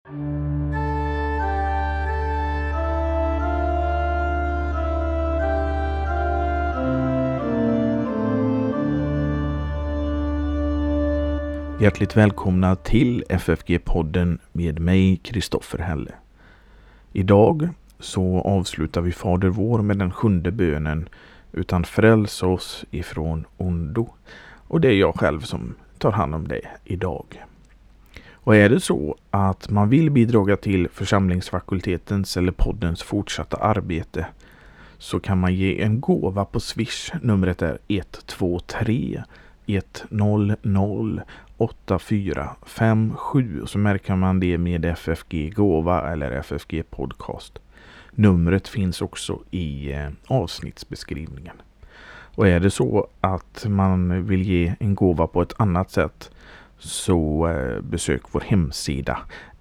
Hjärtligt välkomna till FFG-podden med mig, Kristoffer Helle. Idag så avslutar vi Fader vår med den 7:e bönen, utan fräls oss ifrån ondo. Och det är jag själv som tar hand om det idag. Och är det så att man vill bidra till församlingsfakultetens eller poddens fortsatta arbete, så kan man ge en gåva på Swish. Numret är 123 100 8457, och så märker man det med FFG gåva eller FFG podcast. Numret finns också i avsnittsbeskrivningen. Och är det så att man vill ge en gåva på ett annat sätt, så besök vår hemsida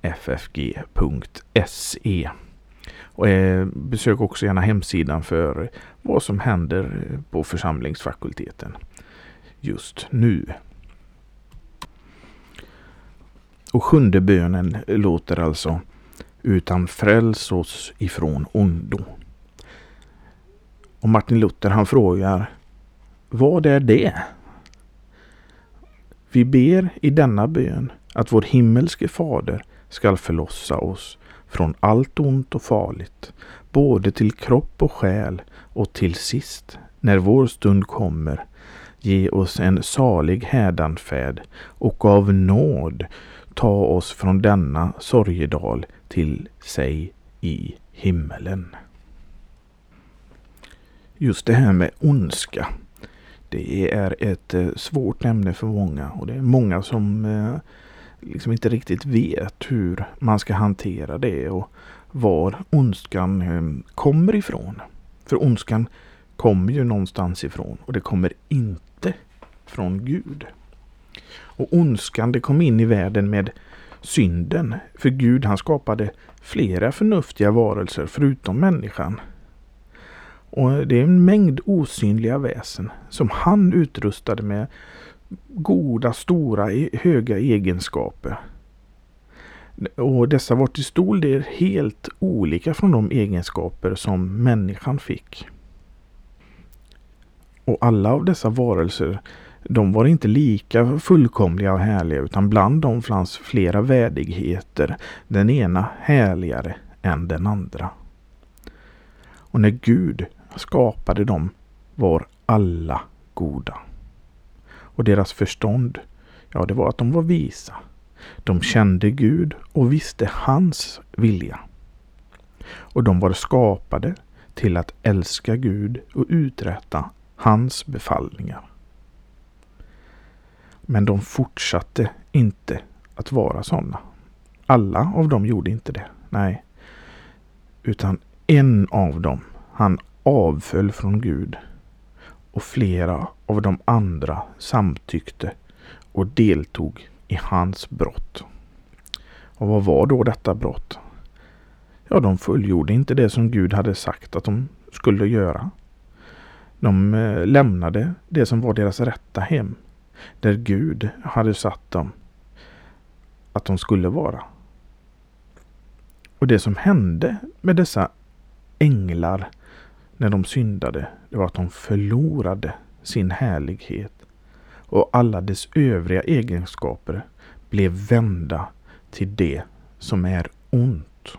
ffg.se. Och besök också gärna hemsidan för vad som händer på församlingsfakulteten just nu. Och 7:e bönen låter alltså: utan fräls oss ifrån ondo. Och Martin Luther, han frågar: vad är det? Vi ber i denna bön att vår himmelske fader skall förlossa oss från allt ont och farligt, både till kropp och själ, och till sist, när vår stund kommer, ge oss en salig hädanfärd och av nåd ta oss från denna sorgedal till sig i himmelen. Just det här med ondska, det är ett svårt ämne för många, och det är många som liksom inte riktigt vet hur man ska hantera det och var ondskan kommer ifrån. För ondskan kommer ju någonstans ifrån, och det kommer inte från Gud. Och ondskan, det kom in i världen med synden, för Gud, han skapade flera förnuftiga varelser förutom människan. Och det är en mängd osynliga väsen som han utrustade med goda, stora, höga egenskaper. Och dessa var till stor del helt olika från de egenskaper som människan fick. Och alla av dessa varelser, de var inte lika fullkomliga och härliga, utan bland dem fanns flera värdigheter, den ena härligare än den andra. Och när Gud skapade dem var alla goda. Och deras förstånd, ja, det var att de var visa. De kände Gud och visste hans vilja. Och de var skapade till att älska Gud och uträtta hans befallningar. Men de fortsatte inte att vara sådana. Alla av dem gjorde inte det, nej. Utan en av dem, han avföll från Gud. Och flera av de andra samtyckte och deltog i hans brott. Och vad var då detta brott? Ja, de fullgjorde inte det som Gud hade sagt att de skulle göra. De lämnade det som var deras rätta hem, där Gud hade satt dem att de skulle vara. Och det som hände med dessa änglar när de syndade, det var att de förlorade sin härlighet, och alla dess övriga egenskaper blev vända till det som är ont.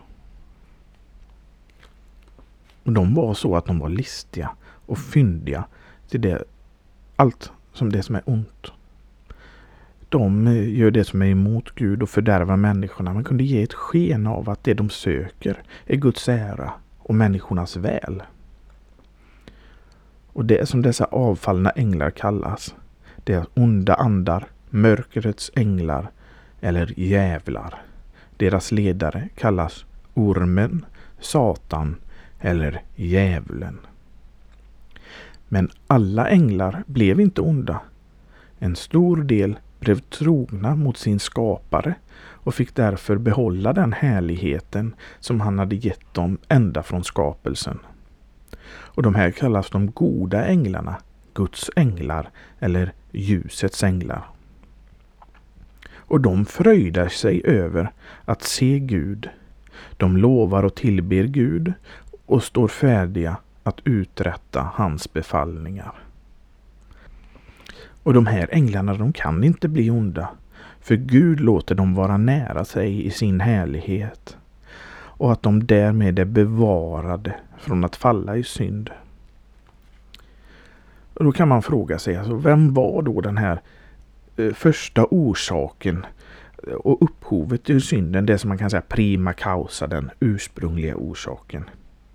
Och de var så att de var listiga och fyndiga till det, allt som det som är ont. De gör det som är emot Gud och fördärvar människorna, men kunde ge ett sken av att det de söker är Guds ära och människornas väl. Och det som dessa avfallna änglar kallas, det är onda andar, mörkrets änglar eller djävlar. Deras ledare kallas ormen, Satan eller djävulen. Men alla änglar blev inte onda. En stor del blev trogna mot sin skapare och fick därför behålla den härligheten som han hade gett dem ända från skapelsen. Och de här kallas de goda änglarna, Guds änglar eller ljusets änglar. och de fröjdar sig över att se Gud. De lovar och tillber Gud och står färdiga att uträtta hans befallningar. Och de här änglarna, de kan inte bli onda, för Gud låter dem vara nära sig i sin härlighet, och att de därmed är bevarade från att falla i synd. Och då kan man fråga sig, alltså, vem var då den här första orsaken och upphovet till synden, det som man kan säga prima causa, den ursprungliga orsaken?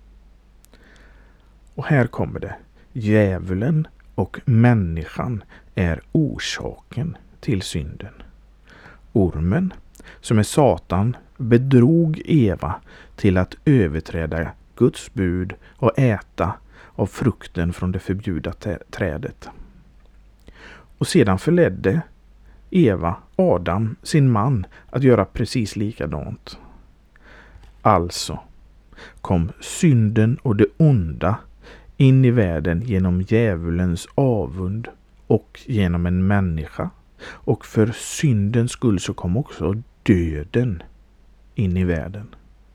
Och här kommer det. Djävulen och människan är orsaken till synden. Ormen, som är Satan, bedrog Eva till att överträda Guds bud och äta av frukten från det förbjudna trädet. Och sedan förledde Eva, Adam, sin man att göra precis likadant. Alltså kom synden och det onda in i världen genom djävulens avund och genom en människa. Och för syndens skull så kom också döden in i världen.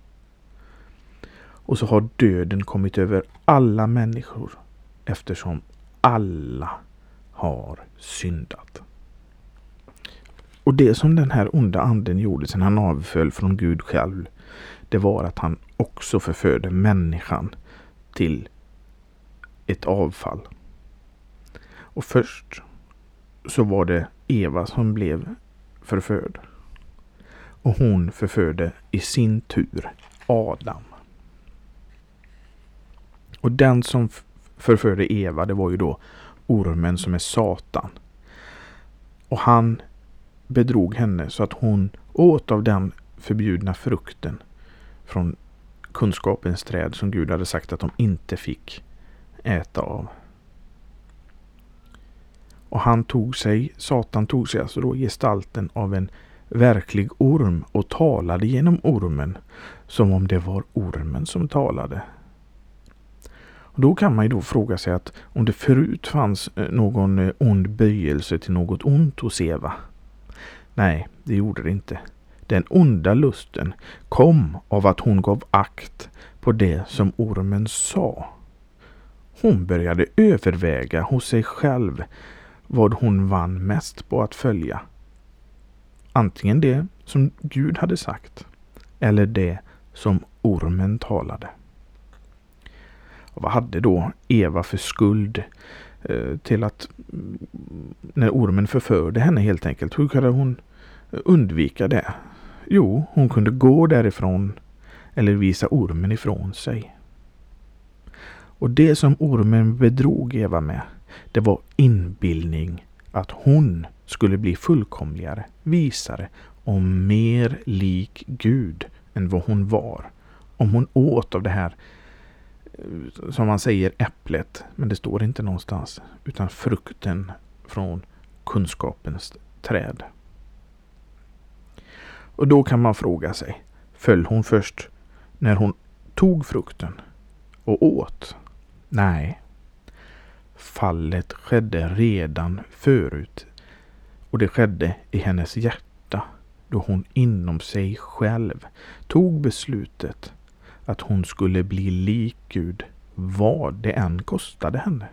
Och så har döden kommit över alla människor eftersom alla har syndat. Och det som den här onda anden gjorde sedan han avföll från Gud själv, det var att han också förförde människan till ett avfall. Och först så var det Eva som blev förförd. Och hon förförde i sin tur Adam. Och den som förförde Eva, det var ju då ormen som är Satan. Och han bedrog henne så att hon åt av den förbjudna frukten från kunskapens träd som Gud hade sagt att de inte fick äta av. Och Satan tog sig alltså då gestalten av en verklig orm och talade genom ormen som om det var ormen som talade. Och då kan man ju då fråga sig att om det förut fanns någon ond böjelse till något ont hos Eva. Nej, det gjorde det inte. Den onda lusten kom av att hon gav akt på det som ormen sa. Hon började överväga hos sig själv vad hon vann mest på att följa. Antingen det som Gud hade sagt eller det som ormen talade. Och vad hade då Eva för skuld till att när ormen förförde henne helt enkelt? Hur kunde hon undvika det? Jo, hon kunde gå därifrån eller visa ormen ifrån sig. Och det som ormen bedrog Eva med, det var inbildning att hon skulle bli fullkomligare, visare och mer lik Gud än vad hon var. Om hon åt av det här, som man säger, äpplet, men det står inte någonstans, utan frukten från kunskapens träd. Och då kan man fråga sig, föll hon först när hon tog frukten och åt? Nej, fallet skedde redan förut, och det skedde i hennes hjärta då hon inom sig själv tog beslutet att hon skulle bli lik Gud vad det än kostade henne.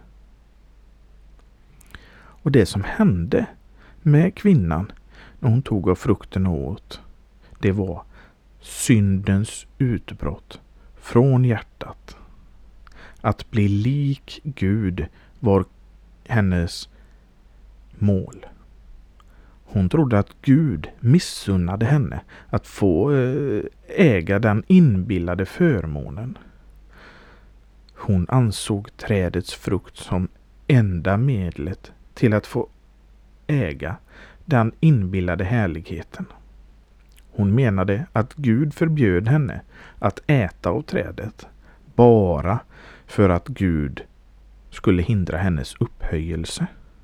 Och det som hände med kvinnan när hon tog av frukten och åt, det var syndens utbrott från hjärtat. Att bli lik Gud var hennes mål. Hon trodde att Gud missunnade henne att få äga den inbillade förmånen. Hon ansåg trädets frukt som enda medlet till att få äga den inbillade härligheten. Hon menade att Gud förbjöd henne att äta av trädet bara för att Gud skulle hindra hennes upphöjelse.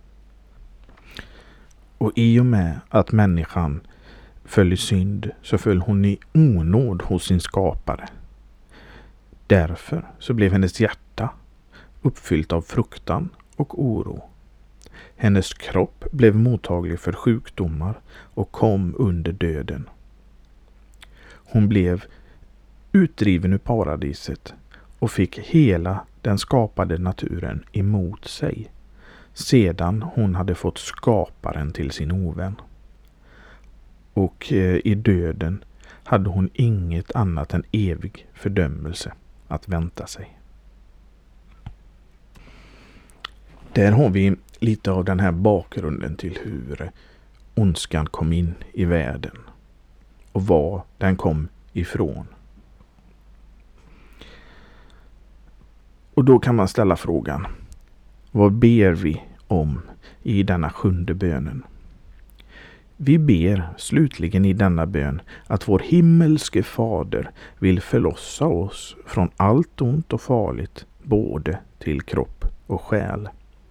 Och i och med att människan föll i synd så föll hon i onåd hos sin skapare. Därför så blev hennes hjärta uppfyllt av fruktan och oro. Hennes kropp blev mottaglig för sjukdomar och kom under döden. Hon blev utdriven ur paradiset och fick hela den skapade naturen emot sig, sedan hon hade fått skaparen till sin ovän. Och i döden hade hon inget annat än evig fördömelse att vänta sig. Där har vi lite av den här bakgrunden till hur ondskan kom in i världen och var den kom ifrån. Och då kan man ställa frågan, vad ber vi om i denna 7:e bönen? Vi ber slutligen i denna bön att vår himmelske fader vill förlossa oss från allt ont och farligt, både till kropp och själ.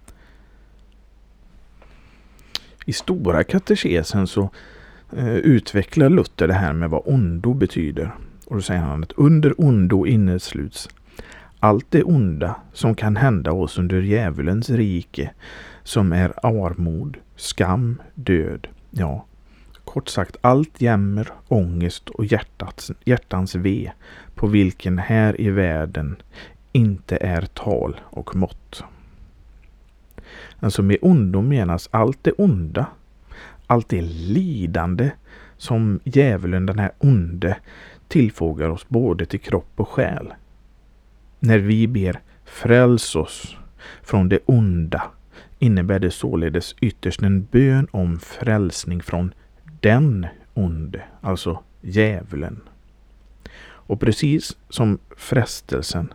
I stora katekesen så utvecklar Luther det här med vad ondo betyder. Och då säger han att under ondo innesluts allt det onda som kan hända oss under djävulens rike, som är armod, skam, död. Ja, kort sagt allt jämmer, ångest och hjärtans ve, på vilken här i världen inte är tal och mått. Alltså med ondo menas allt det onda, allt det lidande som djävulen, den här onde, tillfogar oss både till kropp och själ. När vi ber fräls oss från det onda innebär det således ytterst en bön om frälsning från den onde, alltså djävulen. Och precis som frestelsen,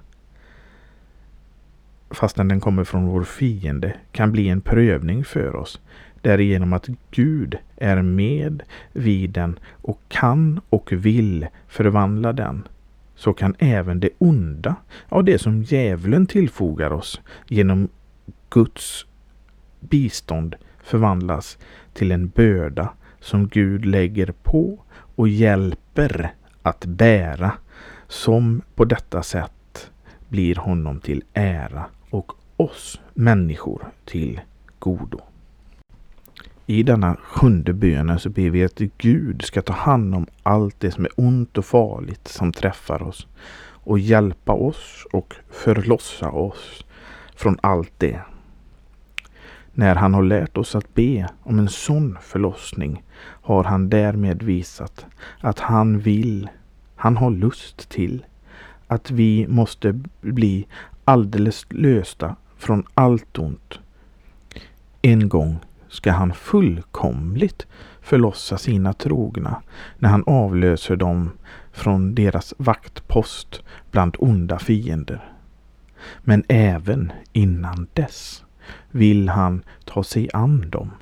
fastän den kommer från vår fiende, kan bli en prövning för oss, därigenom att Gud är med vid den och kan och vill förvandla den, så kan även det onda, ja det som djävulen tillfogar oss genom Guds bistånd, förvandlas till en börda som Gud lägger på och hjälper att bära, som på detta sätt blir honom till ära och oss människor till godo. I denna 7:e bönen så ber vi att Gud ska ta hand om allt det som är ont och farligt som träffar oss och hjälpa oss och förlossa oss från allt det. När han har lärt oss att be om en sån förlossning har han därmed visat att han har lust till att vi måste bli alldeles lösta från allt ont. En gång ska han fullkomligt förlossa sina trogna när han avlöser dem från deras vaktpost bland onda fiender. Men även innan dess vill han ta sig an dem.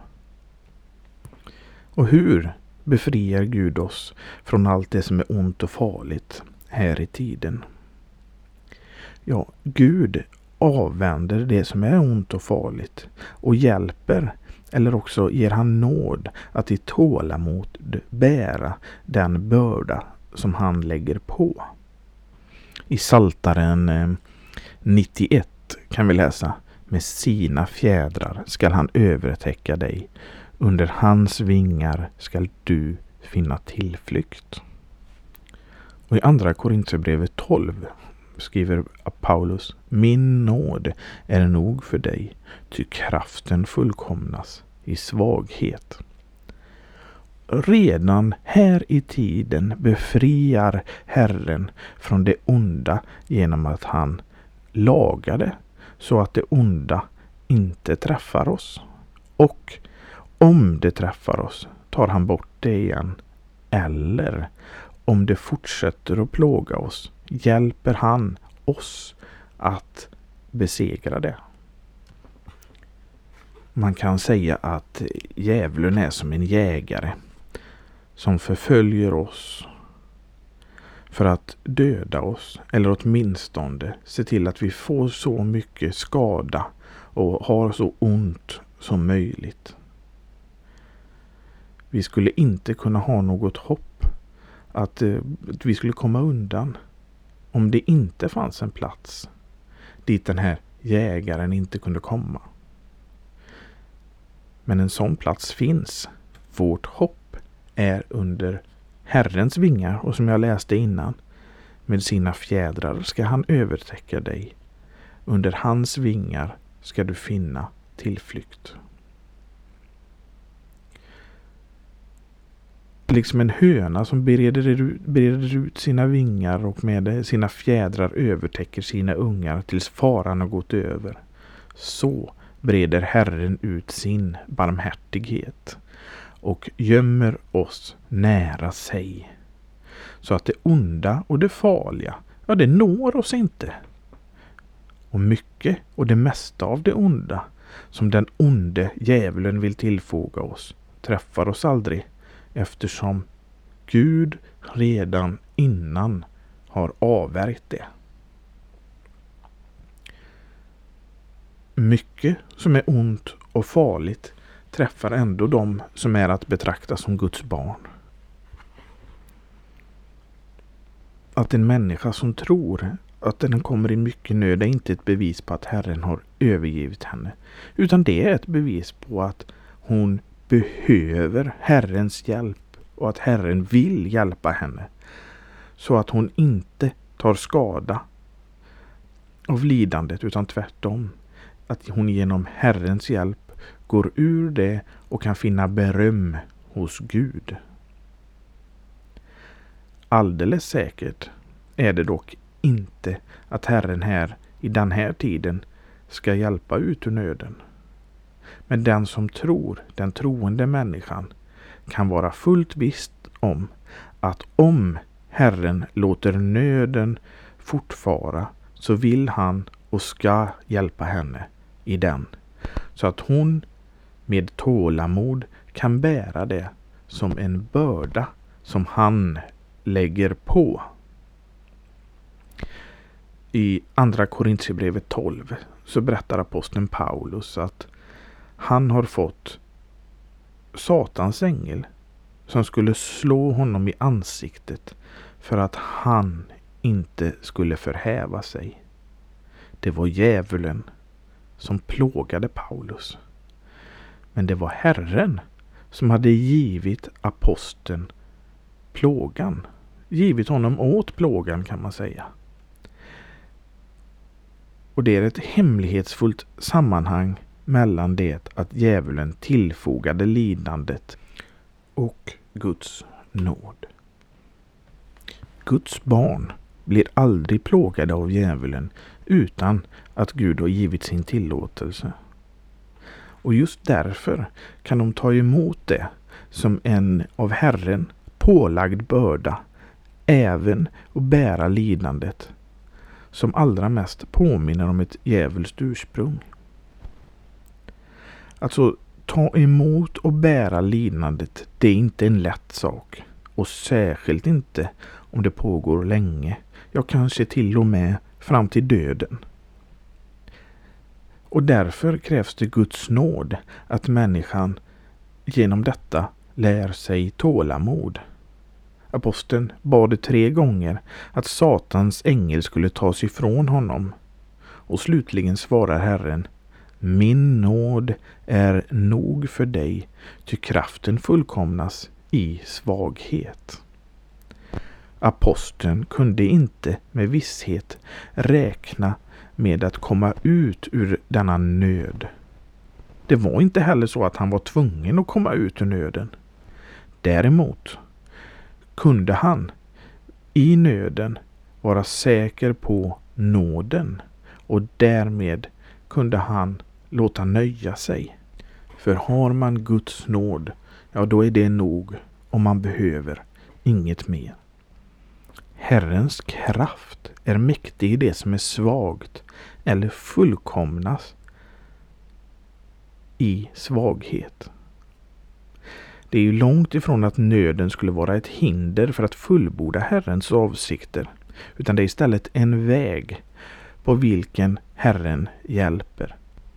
Och hur befriar Gud oss från allt det som är ont och farligt här i tiden? Ja, Gud avvänder det som är ont och farligt och hjälper, eller också ger han nåd att i tålamod bära den börda som han lägger på. I Psaltaren 91 kan vi läsa: med sina fjädrar skall han övertäcka dig, under hans vingar skall du finna tillflykt. Och i andra Korinthierbrevet 12 skriver Paulus: min nåd är nog för dig, ty kraften fullkomnas i svaghet. Redan här i tiden befriar Herren från det onda genom att han lagade så att det onda inte träffar oss. Och om det träffar oss tar han bort det igen. Eller om det fortsätter att plåga oss hjälper han oss att besegra det. Man kan säga att djävulen är som en jägare som förföljer oss för att döda oss, eller åtminstone se till att vi får så mycket skada och har så ont som möjligt. Vi skulle inte kunna ha något hopp att vi skulle komma undan om det inte fanns en plats dit den här jägaren inte kunde komma. Men en sån plats finns. Vårt hopp är under Herrens vingar, och som jag läste innan, med sina fjädrar ska han övertäcka dig. Under hans vingar ska du finna tillflykt. Liksom en höna som breder ut sina vingar och med sina fjädrar övertäcker sina ungar tills faran har gått över. Så breder Herren ut sin barmhärtighet och gömmer oss nära sig. Så att det onda och det farliga, det når oss inte. Och mycket och det mesta av det onda som den onde djävulen vill tillfoga oss träffar oss aldrig, eftersom Gud redan innan har avvärjt det. Mycket som är ont och farligt träffar ändå de som är att betrakta som Guds barn. Att en människa som tror att den kommer i mycket nöd är inte ett bevis på att Herren har övergivit henne, utan det är ett bevis på att hon behöver Herrens hjälp och att Herren vill hjälpa henne, så att hon inte tar skada av lidandet, utan tvärtom, att hon genom Herrens hjälp går ur det och kan finna beröm hos Gud. Alldeles säkert är det dock inte att Herren här i den här tiden ska hjälpa ut ur nöden. Men den som tror, den troende människan, kan vara fullt visst om att om Herren låter nöden fortfara, så vill han och ska hjälpa henne i den. Så att hon med tålamod kan bära det som en börda som han lägger på. I andra Korintierbrevet 12 så berättar aposteln Paulus att han har fått Satans ängel som skulle slå honom i ansiktet för att han inte skulle förhäva sig. Det var djävulen som plågade Paulus. Men det var Herren som hade givit aposteln plågan. Givit honom åt plågan, kan man säga. Och det är ett hemlighetsfullt sammanhang mellan det att djävulen tillfogade lidandet och Guds nåd. Guds barn blir aldrig plågade av djävulen utan att Gud har givit sin tillåtelse. Och just därför kan de ta emot det som en av Herren pålagd börda, även och bära lidandet som allra mest påminner om ett djävulskt ursprung. Alltså, ta emot och bära lidandet, det är inte en lätt sak. Och särskilt inte om det pågår länge. Ja, kanske till och med fram till döden. Och därför krävs det Guds nåd att människan genom detta lär sig tålamod. Aposteln bad 3 gånger att Satans ängel skulle tas ifrån honom. Och slutligen svarar Herren: min nåd är nog för dig, ty kraften fullkomnas i svaghet. Aposteln kunde inte med visshet räkna med att komma ut ur denna nöd. Det var inte heller så att han var tvungen att komma ut ur nöden. Däremot kunde han i nöden vara säker på nåden, och därmed kunde han låta nöja sig. För har man Guds nåd, ja, då är det nog, och man behöver inget mer. Herrens kraft är mäktig i det som är svagt, eller fullkomnas i svaghet. Det är ju långt ifrån att nöden skulle vara ett hinder för att fullborda Herrens avsikter, utan det är istället en väg på vilken Herren hjälper.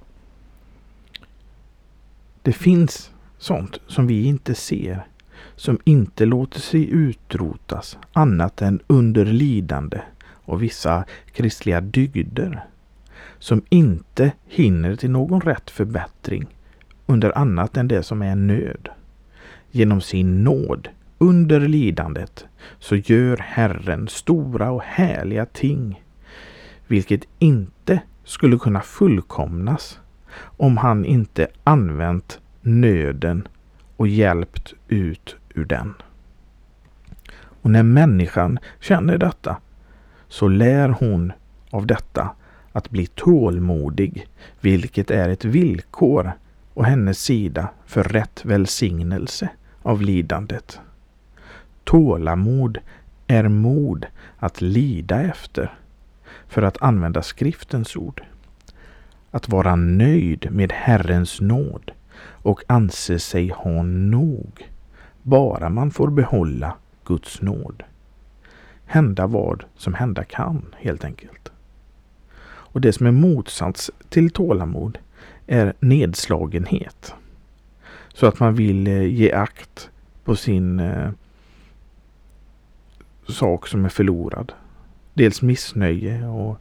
Det finns sånt som vi inte ser, som inte låter sig utrotas annat än under lidande och vissa kristliga dygder, som inte hinner till någon rätt förbättring under annat än det som är nöd. Genom sin nåd under lidandet så gör Herren stora och härliga ting, vilket inte skulle kunna fullkomnas om han inte använt nöden och hjälpt ut ur den. Och när människan känner detta så lär hon av detta att bli tålmodig, vilket är ett villkor och hennes sida för rätt välsignelse av lidandet. Tålamod är mod att lida efter, för att använda skriftens ord. Att vara nöjd med Herrens nåd och anse sig ha nog, bara man får behålla Guds nåd. Hända vad som hända kan, helt enkelt. Och det som är motsats till tålamod är nedslagenhet. Så att man vill ge akt på sin sak som är förlorad. Dels missnöje och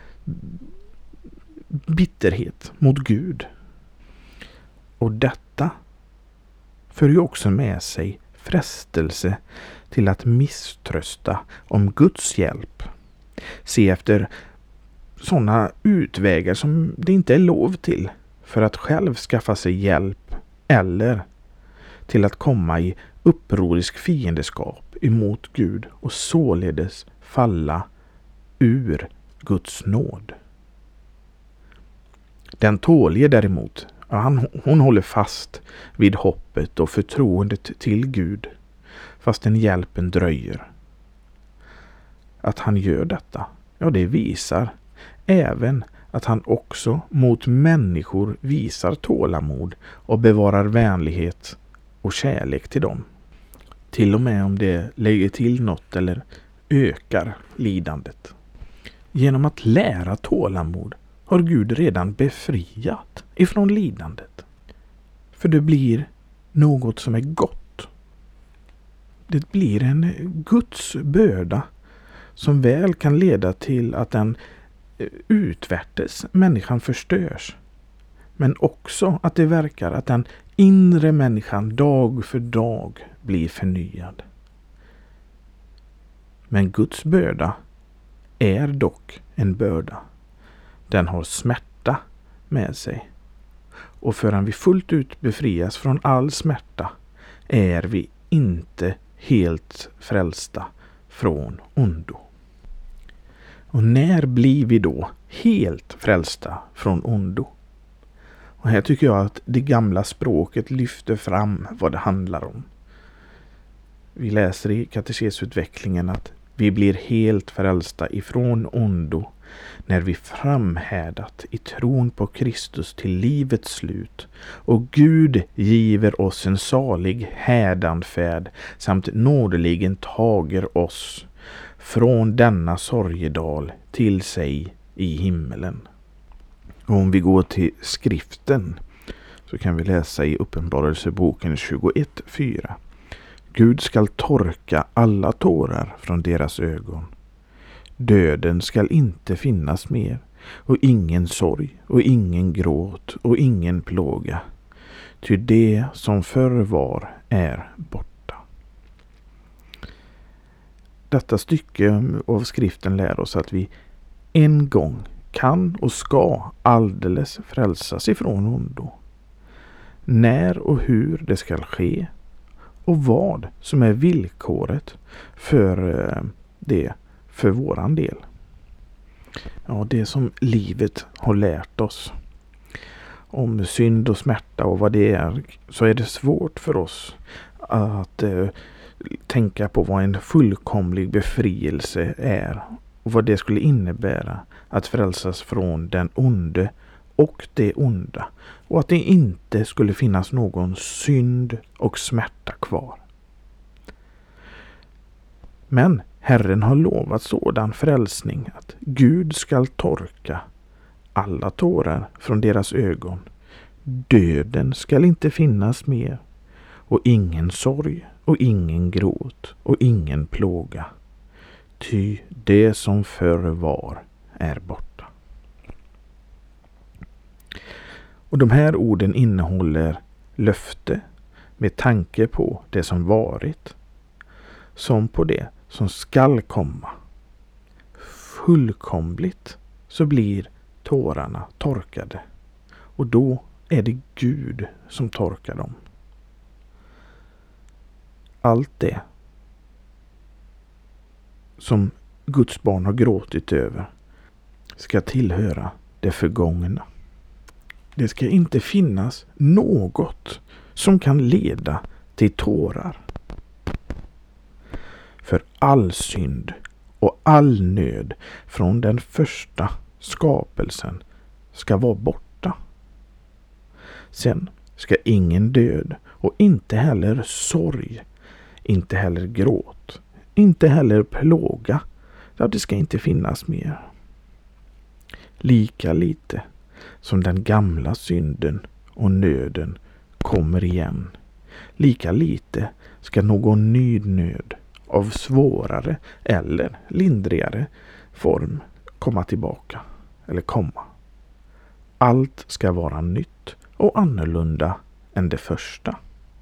bitterhet mot Gud. Och detta för ju också med sig frestelse till att misströsta om Guds hjälp. Se efter sådana utvägar som det inte är lov till för att själv skaffa sig hjälp eller till att komma i upprorisk fiendeskap emot Gud och således falla ur Guds nåd. Den tålige däremot, hon håller fast vid hoppet och förtroendet till Gud, fastän hjälpen dröjer. Att han gör detta, det visar även att han också mot människor visar tålamod och bevarar vänlighet och kärlek till dem. Till och med om det lägger till något eller ökar lidandet. Genom att lära tålamod har Gud redan befriat ifrån lidandet. För det blir något som är gott. Det blir en Guds börda som väl kan leda till att den utvärtes, människan förstörs. Men också att det verkar att den inre människan dag för dag blir förnyad. Men Guds börda är dock en börda. Den har smärta med sig. Och förrän vi fullt ut befrias från all smärta är vi inte helt frälsta från ondo. Och när blir vi då helt frälsta från ondo? Och här tycker jag att det gamla språket lyfter fram vad det handlar om. Vi läser i katekesutvecklingen att vi blir helt frälsta ifrån ondo när vi framhärdat i tron på Kristus till livets slut och Gud giver oss en salig hädanfärd samt nådeligen tager oss från denna sorgedal till sig i himmelen. Och om vi går till skriften så kan vi läsa i Uppenbarelseboken 21:4. Gud skall torka alla tårar från deras ögon. Döden skall inte finnas mer och ingen sorg och ingen gråt och ingen plåga. Ty det som förr var är borta. Detta stycke av skriften lär oss att vi en gång kan och ska alldeles frälsas ifrån ondo. När och hur det ska ske och vad som är villkoret för det för våran del. Ja, det som livet har lärt oss om synd och smärta och vad det är, så är det svårt för oss att tänka på vad en fullkomlig befrielse är och vad det skulle innebära att frälsas från den onde och det onda och att det inte skulle finnas någon synd och smärta kvar. Men Herren har lovat sådan frälsning att Gud skall torka alla tårar från deras ögon. Döden skall inte finnas mer och ingen sorg och ingen gråt och ingen plåga. Ty det som förr var är borta. Och de här orden innehåller löfte med tanke på det som varit, som på det som skall komma. Fullkomligt så blir tårarna torkade, och då är det Gud som torkar dem. Allt det som Guds barn har gråtit över ska tillhöra det förgångna. Det ska inte finnas något som kan leda till tårar. För all synd och all nöd från den första skapelsen ska vara borta. Sen ska ingen död och inte heller sorg, inte heller gråt, inte heller plåga, det ska inte finnas mer. Lika lite som den gamla synden och nöden kommer igen, lika lite ska någon ny nöd av svårare eller lindrigare form komma tillbaka eller komma. Allt ska vara nytt och annorlunda än det första.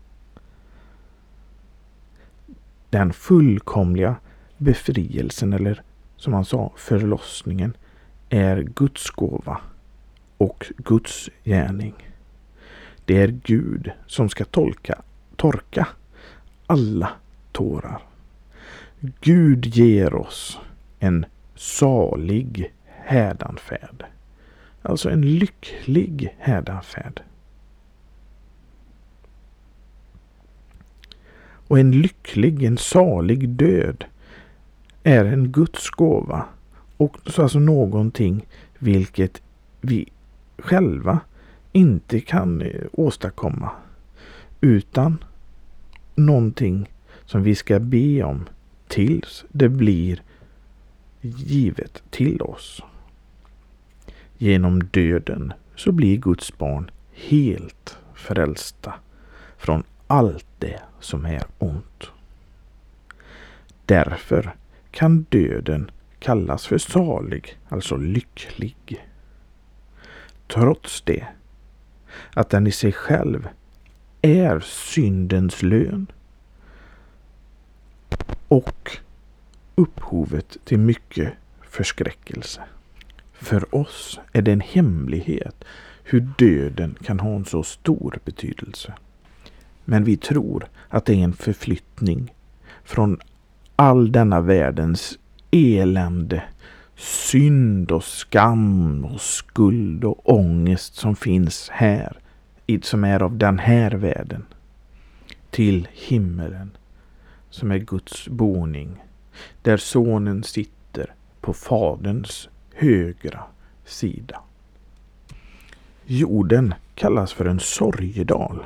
Den fullkomliga befrielsen, eller som han sa, förlossningen, är Guds gåva och Guds gärning. Det är Gud som ska torka alla tårar. Gud ger oss en salig hädanfärd. Alltså en lycklig hädanfärd. Och en salig död är en Guds gåva. Och så alltså någonting vilket vi själva inte kan åstadkomma, utan någonting som vi ska be om tills det blir givet till oss. Genom döden så blir Guds barn helt frälsta från allt det som är ont. Därför kan döden kallas för salig, alltså lycklig. Trots det att den i sig själv är syndens lön och upphovet till mycket förskräckelse. För oss är det en hemlighet hur döden kan ha en så stor betydelse. Men vi tror att det är en förflyttning från all denna världens elände, synd och skam och skuld och ångest som finns här, som är av den här världen, till himmelen som är Guds boning, där sonen sitter på faderns högra sida. Jorden kallas för en sorgedal.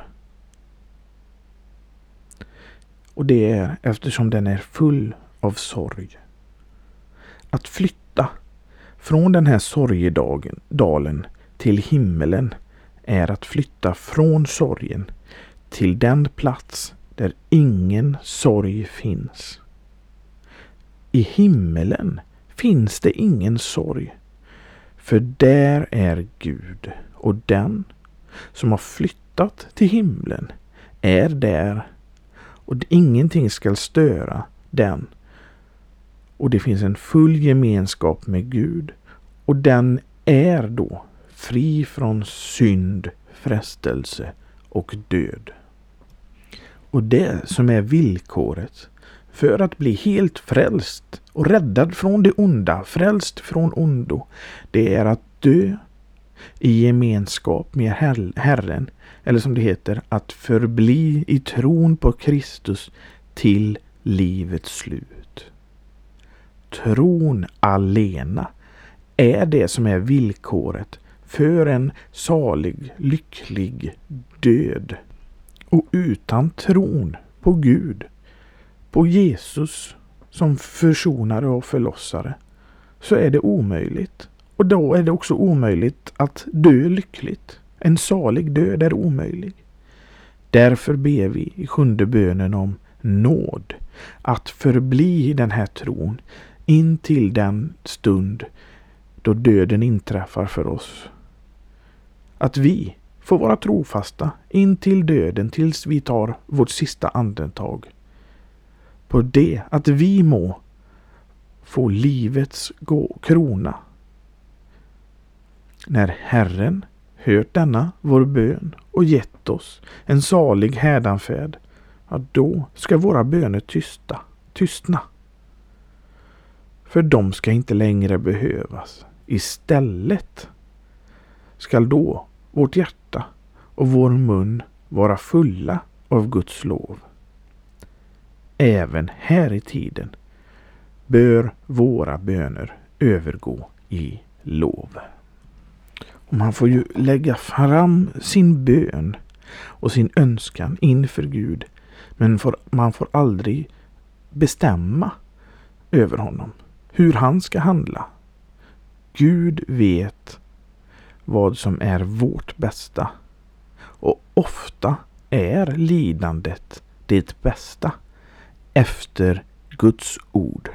Och det är eftersom den är full av sorg. Att flytta från den här sorgedalen till himmelen är att flytta från sorgen till den plats där ingen sorg finns. I himmelen finns det ingen sorg, för där är Gud, och den som har flyttat till himlen är där, och ingenting ska störa den. Och det finns en full gemenskap med Gud, och den är då fri från synd, frestelse och död. Och det som är villkoret för att bli helt frälst och räddad från det onda, frälst från ondo, det är att dö i gemenskap med Herren, eller som det heter, att förbli i tron på Kristus till livets slut. Tron alena är det som är villkoret för en salig, lycklig död. Och utan tron på Gud, på Jesus som försonare och förlossare, så är det omöjligt. Och då är det också omöjligt att dö lyckligt. En salig död är omöjlig. Därför ber vi i 7:e bönen om nåd att förbli i den här tron in till den stund då döden inträffar för oss. Att vi få vara trofasta in till döden tills vi tar vårt sista andetag. På det att vi må få livets krona. När Herren hört denna vår bön och gett oss en salig hädanfärd, ja, då ska våra böner tystna. För de ska inte längre behövas. Istället skall då vårt hjärta och vår mun vara fulla av Guds lov. Även här i tiden bör våra böner övergå i lov. Och man får ju lägga fram sin bön och sin önskan inför Gud, men man får aldrig bestämma över honom hur han ska handla. Gud vet vad som är vårt bästa, och ofta är lidandet det bästa efter Guds ord.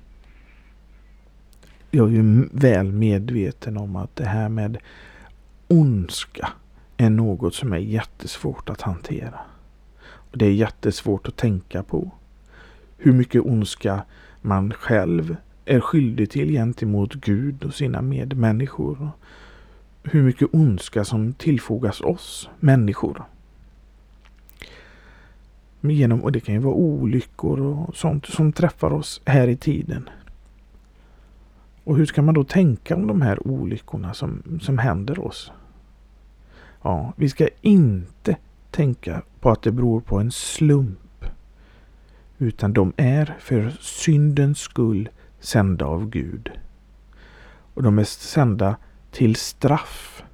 Jag är ju väl medveten om att det här med ondska är något som är jättesvårt att hantera. Och det är jättesvårt att tänka på hur mycket ondska man själv är skyldig till gentemot Gud och sina medmänniskor. Hur mycket ondska som tillfogas oss människor. Och det kan ju vara olyckor och sånt som träffar oss här i tiden. Och hur ska man då tänka om de här olyckorna som händer oss? Ja, vi ska inte tänka på att det beror på en slump, utan de är för syndens skull sända av Gud. Och de är sända till straff,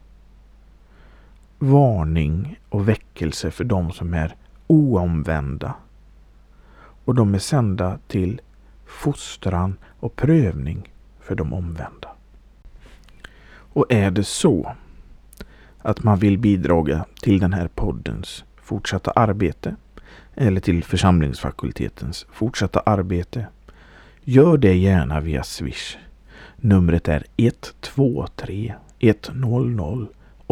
varning och väckelse för de som är oomvända. Och de är sända till fostran och prövning för de omvända. Och är det så att man vill bidra till den här poddens fortsatta arbete eller till församlingsfakultetens fortsatta arbete, gör det gärna via Swish. Numret är 123 100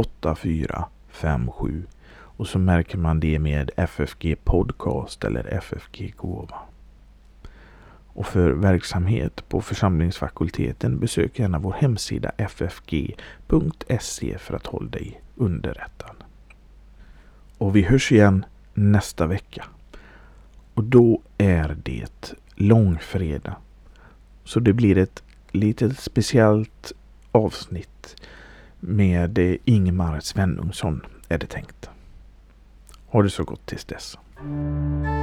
8457 och så märker man det med FFG Podcast eller FFG Gåva. Och för verksamhet på församlingsfakulteten besök gärna vår hemsida ffg.se för att hålla dig underrättad. Och vi hörs igen nästa vecka. Och då är det långfredag. Så det blir ett lite speciellt avsnitt med Ingemar Svenungsson är det tänkt. Ha det så gott tills dess.